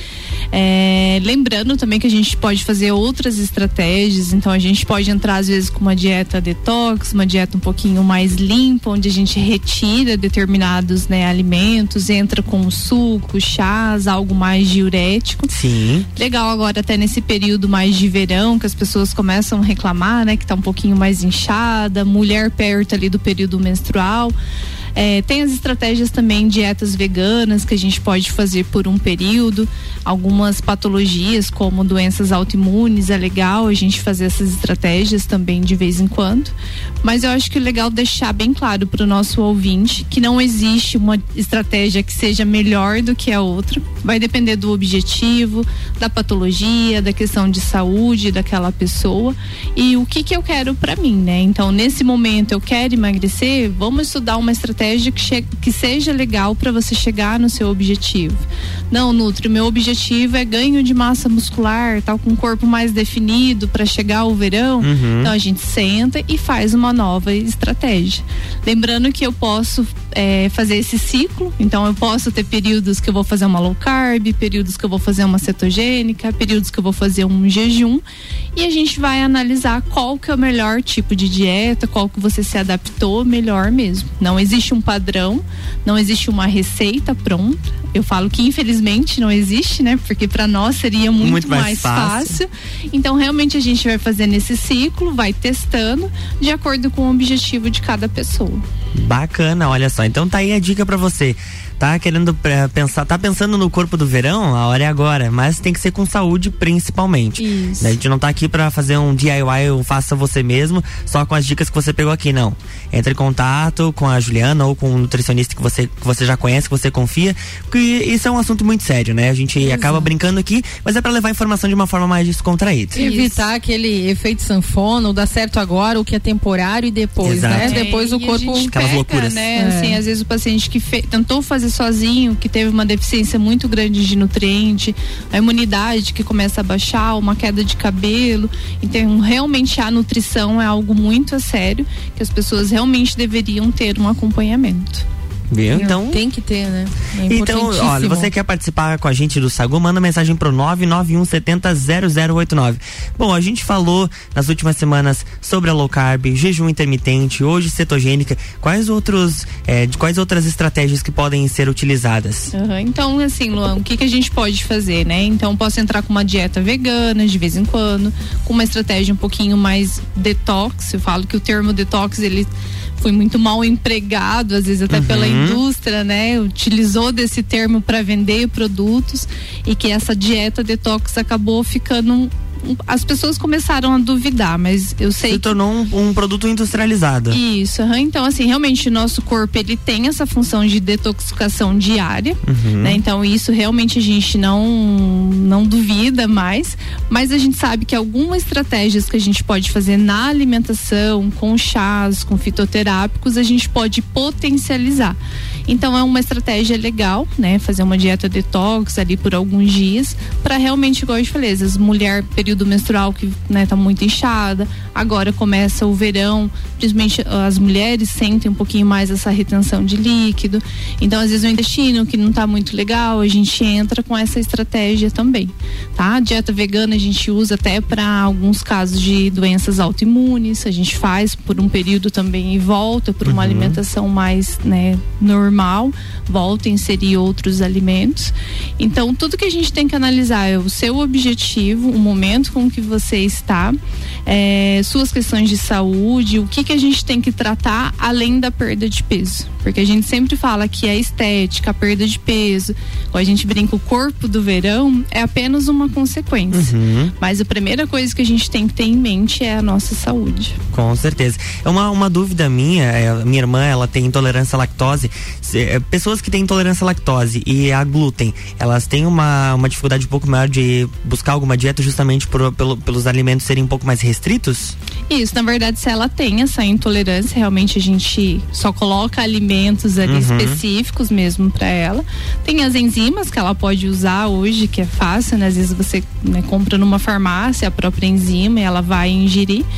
É, lembrando também que a gente pode fazer outras estratégias, então a gente pode entrar às vezes com uma dieta detox, uma dieta um pouquinho mais limpa, onde a gente retira determinados, né, alimentos, entra com suco, chás, algo mais diurético. Sim. Legal agora até nesse período mais de verão, que as pessoas começam a reclamar, né, que tá um pouquinho mais inchada, mulher perto ali do período menstrual. É, tem as estratégias também, dietas veganas, que a gente pode fazer por um período. Algumas patologias, como doenças autoimunes, é legal a gente fazer essas estratégias também de vez em quando. Mas eu acho que é legal deixar bem claro para o nosso ouvinte que não existe uma estratégia que seja melhor do que a outra. Vai depender do objetivo, da patologia, da questão de saúde daquela pessoa e o que que eu quero para mim, né? Então, nesse momento eu quero emagrecer, vamos estudar uma estratégia que, che- que seja legal para você chegar no seu objetivo. Não, Nutri, meu objetivo é ganho de massa muscular, tal, com um corpo mais definido para chegar ao verão. Uhum. Então a gente senta e faz uma nova estratégia. Lembrando que eu posso é, fazer esse ciclo, então eu posso ter períodos que eu vou fazer uma low carb, períodos que eu vou fazer uma cetogênica, períodos que eu vou fazer um jejum, e a gente vai analisar qual que é o melhor tipo de dieta, qual que você se adaptou melhor mesmo. Não existe um padrão, não existe uma receita pronta. Eu falo que infelizmente não existe, né? Porque para nós seria muito, Muito mais mais, fácil. fácil. Então realmente a gente vai fazer nesse ciclo, vai testando de acordo com o objetivo de cada pessoa. Bacana, olha só. Então tá aí a dica pra você. Tá querendo pra, pensar, tá pensando no corpo do verão? A hora é agora, mas tem que ser com saúde principalmente. Isso. A gente não tá aqui pra fazer um D I Y ou faça você mesmo, só com as dicas que você pegou aqui, não. Entre em contato com a Juliana ou com um nutricionista que você, que você já conhece, que você confia, porque isso é um assunto muito sério, né? A gente Exato. acaba brincando aqui, mas é pra levar a informação de uma forma mais descontraída. Evitar aquele efeito sanfona, o dá certo agora, o que é temporário e depois, Exato. né? É, Depois o e a corpo... gente Aquelas pega, loucuras. né? É. Assim, às vezes o paciente que fe... tentou fazer sozinho, que teve uma deficiência muito grande de nutriente, a imunidade que começa a baixar, uma queda de cabelo. Então, realmente a nutrição é algo muito a sério, que as pessoas realmente deveriam ter um acompanhamento. Viu? Então, tem que ter, né? É Então, olha, importantíssimo. você quer participar com a gente do Sagu, manda mensagem pro nove nove um sete zero zero zero oito nove. Bom, a gente falou nas últimas semanas sobre a low carb, jejum intermitente, hoje cetogênica. Quais outros, é, de quais outras estratégias que podem ser utilizadas? Uhum. Então, assim, Luan, o que, que a gente pode fazer, né? Então, posso entrar com uma dieta vegana de vez em quando, com uma estratégia um pouquinho mais detox. Eu falo que o termo detox, ele foi muito mal empregado, às vezes até Uhum. pela indústria, né? Utilizou desse termo para vender produtos e que essa dieta detox acabou ficando um, um, as pessoas começaram a duvidar, mas eu sei Se que tornou um, um produto industrializado. isso, uhum. Então assim, realmente o nosso corpo ele tem essa função de detoxificação diária, Uhum. né? Então isso realmente a gente não não duvida mais, mas a gente sabe que algumas estratégias que a gente pode fazer na alimentação, com chás, com fitoterápicos, a gente pode potencializar. Então é uma estratégia legal, né? Fazer uma dieta detox ali por alguns dias, para realmente, igual eu te falei, as mulher período menstrual que, né, tá muito inchada, agora começa o verão, principalmente as mulheres sentem um pouquinho mais essa retenção de líquido, então às vezes o intestino que não tá muito legal, a gente entra com essa estratégia também, tá? A dieta vegana a gente usa até para alguns casos de doenças autoimunes, a gente faz por um período também e volta para uma Uhum. alimentação mais, né, normal, volta a inserir outros alimentos. Então tudo que a gente tem que analisar é o seu objetivo, o momento com que você está, é, suas questões de saúde, o que que a gente tem que tratar além da perda de peso, porque a gente sempre fala que a estética, a perda de peso, ou a gente brinca, o corpo do verão é apenas uma consequência, Uhum. mas a primeira coisa que a gente tem que ter em mente é a nossa saúde. Com certeza. É uma, uma dúvida minha, é, minha irmã, ela tem intolerância à lactose. Se, é, pessoas que têm intolerância à lactose e a glúten, elas têm uma, uma dificuldade um pouco maior de buscar alguma dieta justamente por, pelo, pelos alimentos serem um pouco mais restritos? Isso, na verdade, se ela tem essa intolerância, realmente a gente só coloca alimentos ali Uhum. específicos mesmo para ela. Tem as enzimas que ela pode usar hoje, que é fácil, né? Às vezes você, né, compra numa farmácia a própria enzima e ela vai ingerir.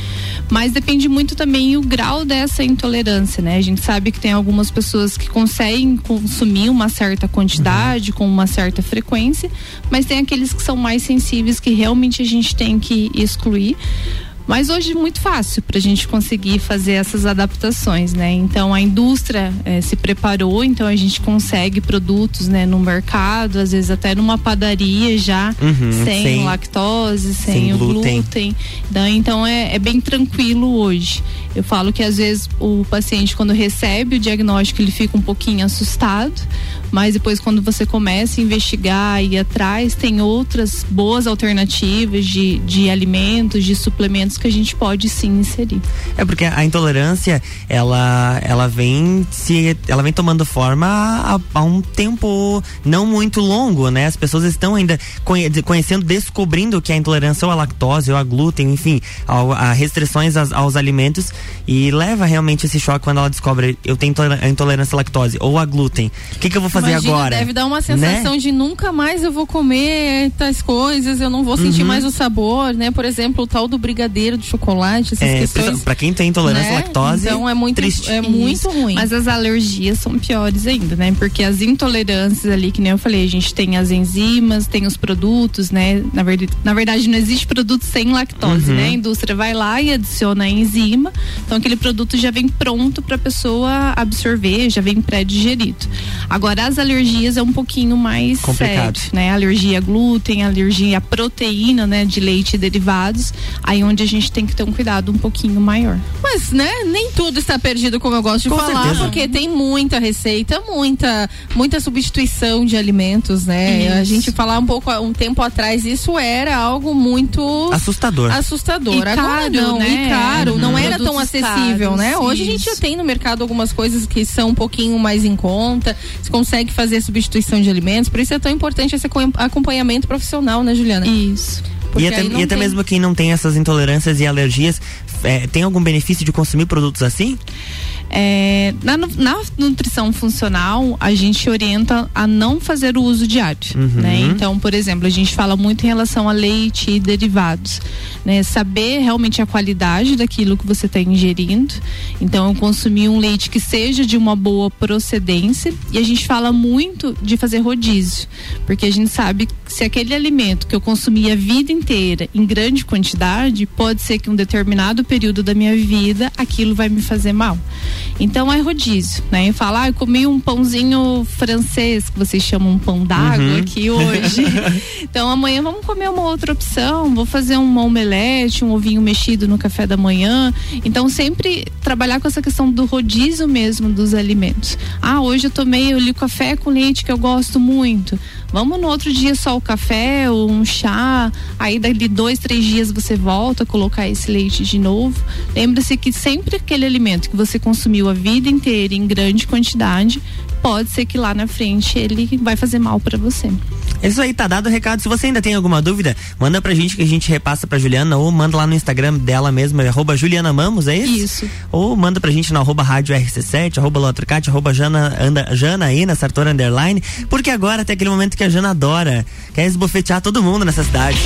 Mas depende muito também o grau dessa intolerância, né? A gente sabe que tem algumas pessoas que conseguem consumir uma certa quantidade, uhum. com uma certa frequência, mas tem aqueles que são mais sensíveis que realmente a gente tem que excluir. Mas hoje é muito fácil para a gente conseguir fazer essas adaptações, né? Então a indústria eh, se preparou, então a gente consegue produtos, né, no mercado, às vezes até numa padaria já, uhum, sem, sem lactose, sem, sem o glúten. glúten. Então é, é bem tranquilo hoje. Eu falo que às vezes o paciente, quando recebe o diagnóstico, ele fica um pouquinho assustado, mas depois quando você começa a investigar e ir atrás, tem outras boas alternativas de, de alimentos, de suplementos que a gente pode sim inserir. É porque a intolerância, ela, ela vem se, ela vem tomando forma há, há um tempo não muito longo, né? As pessoas estão ainda conhe, conhecendo, descobrindo que a intolerância ou a lactose ou a glúten, enfim, a, a restrições aos, aos alimentos, e leva realmente esse choque quando ela descobre, eu tenho a intolerância à lactose ou a glúten. O que que eu vou fazer Imagina, agora? Deve dar uma sensação, né, de nunca mais eu vou comer tais coisas, eu não vou sentir, uhum, mais o sabor, né? Por exemplo, o tal do brigadeiro de chocolate, essas é, questões. Pra quem tem intolerância, né, à lactose, então é muito triste. É muito ruim. Mas as alergias são piores ainda, né? Porque as intolerâncias ali, que nem eu falei, a gente tem as enzimas, tem os produtos, né? Na verdade, na verdade não existe produto sem lactose, uhum, né? A indústria vai lá e adiciona a enzima, então aquele produto já vem pronto pra pessoa absorver, já vem pré-digerido. Agora as alergias é um pouquinho mais complicado, sério, né? Alergia a glúten, alergia a proteína, né? De leite e derivados, aí onde a gente tem que ter um cuidado um pouquinho maior. Mas, né, nem tudo está perdido, como eu gosto de Com falar, certeza. Porque tem muita receita, muita, muita substituição de alimentos, né? Isso. A gente falar um pouco, um tempo atrás, isso era algo muito assustador. Assustador. E caro, Agora não, né? E caro, uhum, não era Produtos tão acessível, caros, né? Hoje isso. a gente já tem no mercado algumas coisas que são um pouquinho mais em conta, se consegue fazer substituição de alimentos, por isso é tão importante esse acompanhamento profissional, né, Juliana? Isso. Porque e até, e até mesmo quem não tem essas intolerâncias e alergias, é, tem algum benefício de consumir produtos assim? É, na, na nutrição funcional, a gente orienta a não fazer o uso diário, uhum, né? Então, por exemplo, a gente fala muito em relação a leite e derivados, né? Saber realmente a qualidade daquilo que você está ingerindo. Então, eu consumir um leite que seja de uma boa procedência, e a gente fala muito de fazer rodízio, porque a gente sabe que se aquele alimento que eu consumi a vida inteira em grande quantidade, pode ser que em um determinado período da minha vida aquilo vai me fazer mal. Então é rodízio, né? Eu falo, ah, eu comi um pãozinho francês, que vocês chamam um pão d'água, uhum, aqui hoje. Então amanhã vamos comer uma outra opção, vou fazer uma omelete, um ovinho mexido no café da manhã. Então sempre trabalhar com essa questão do rodízio mesmo dos alimentos. Ah, hoje eu tomei o café com leite que eu gosto muito. Vamos no outro dia só o café ou um chá, aí dali dois, três dias você volta a colocar esse leite de novo. Lembra-se que sempre aquele alimento que você consumiu a vida inteira em grande quantidade, pode ser que lá na frente ele vai fazer mal para você. Isso aí, tá dado o recado. Se você ainda tem alguma dúvida, manda pra gente que a gente repassa pra Juliana, ou manda lá no Instagram dela mesma, arroba Juliana Mamos, é isso? Isso. Ou manda pra gente no arroba rádio R C sete, arroba Lotrocate, arroba Jana, anda, Janaína, Sartora Underline, porque agora tem aquele momento que a Jana adora, quer esbofetear todo mundo nessa cidade.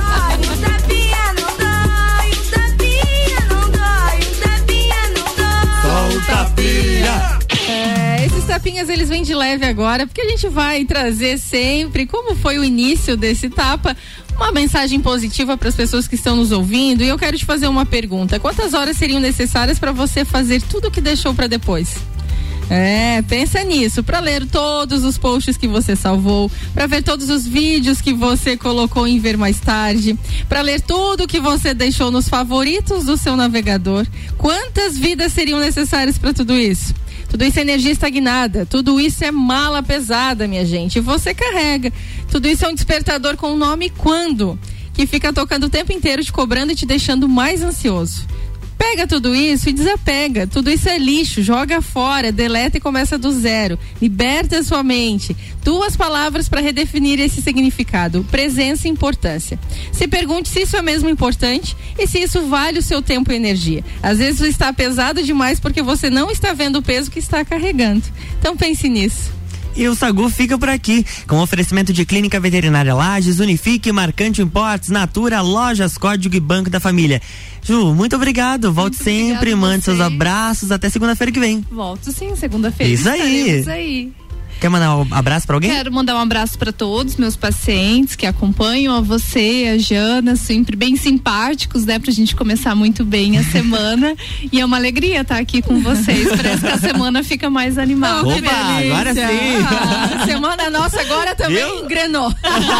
Solta a pia! É, esses tapinhas eles vêm de leve agora, porque a gente vai trazer sempre, como foi o início desse tapa, uma mensagem positiva para as pessoas que estão nos ouvindo. E eu quero te fazer uma pergunta: quantas horas seriam necessárias para você fazer tudo o que deixou para depois? É, pensa nisso, para ler todos os posts que você salvou, para ver todos os vídeos que você colocou em ver mais tarde, para ler tudo que você deixou nos favoritos do seu navegador. Quantas vidas seriam necessárias para tudo isso? Tudo isso é energia estagnada, tudo isso é mala pesada, minha gente, e você carrega. Tudo isso é um despertador com o nome Quando, que fica tocando o tempo inteiro, te cobrando e te deixando mais ansioso. Pega tudo isso e desapega. Tudo isso é lixo, joga fora, deleta e começa do zero. Liberta a sua mente. Duas palavras para redefinir esse significado: presença e importância. Se pergunte se isso é mesmo importante e se isso vale o seu tempo e energia. Às vezes está pesado demais porque você não está vendo o peso que está carregando. Então pense nisso. E o Sagu fica por aqui, com oferecimento de Clínica Veterinária Lages, Unifique, Marcante Importes, Natura, Lojas Código e Banco da Família. Ju, muito obrigado. Volte muito sempre, mande seus abraços. Até segunda-feira que vem. Volto sim, segunda-feira. Isso aí. Isso aí. Quer mandar um abraço pra alguém? Quero mandar um abraço para todos meus pacientes que acompanham, a você, a Jana, sempre bem simpáticos, né? Pra gente começar muito bem a semana. E é uma alegria estar aqui com vocês. Parece que a semana fica mais animada. Opa, agora sim. Ah, semana nossa agora também Eu? engrenou.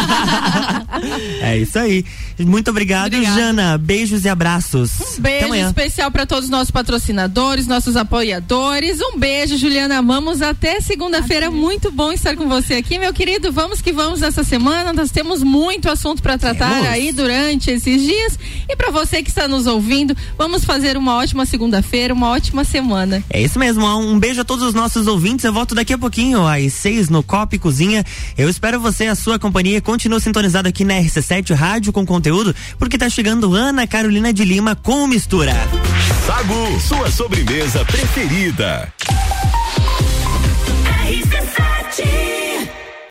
É isso aí. Muito obrigado, Obrigada. Jana. Beijos e abraços. Um beijo especial para todos os nossos patrocinadores, nossos apoiadores. Um beijo, Juliana. Vamos até segunda-feira. Muito bom estar com você aqui, meu querido. Vamos que vamos essa semana. Nós temos muito assunto para tratar Temos. aí durante esses dias. E para você que está nos ouvindo, vamos fazer uma ótima segunda-feira, uma ótima semana. É isso mesmo. Um beijo a todos os nossos ouvintes. Eu volto daqui a pouquinho, às seis, no Copa e Cozinha. Eu espero você, a sua companhia. Continua sintonizado aqui na R C sete Rádio com Conteúdo, porque tá chegando Ana Carolina de Lima com Mistura. Sagu, sua sobremesa preferida. R C sete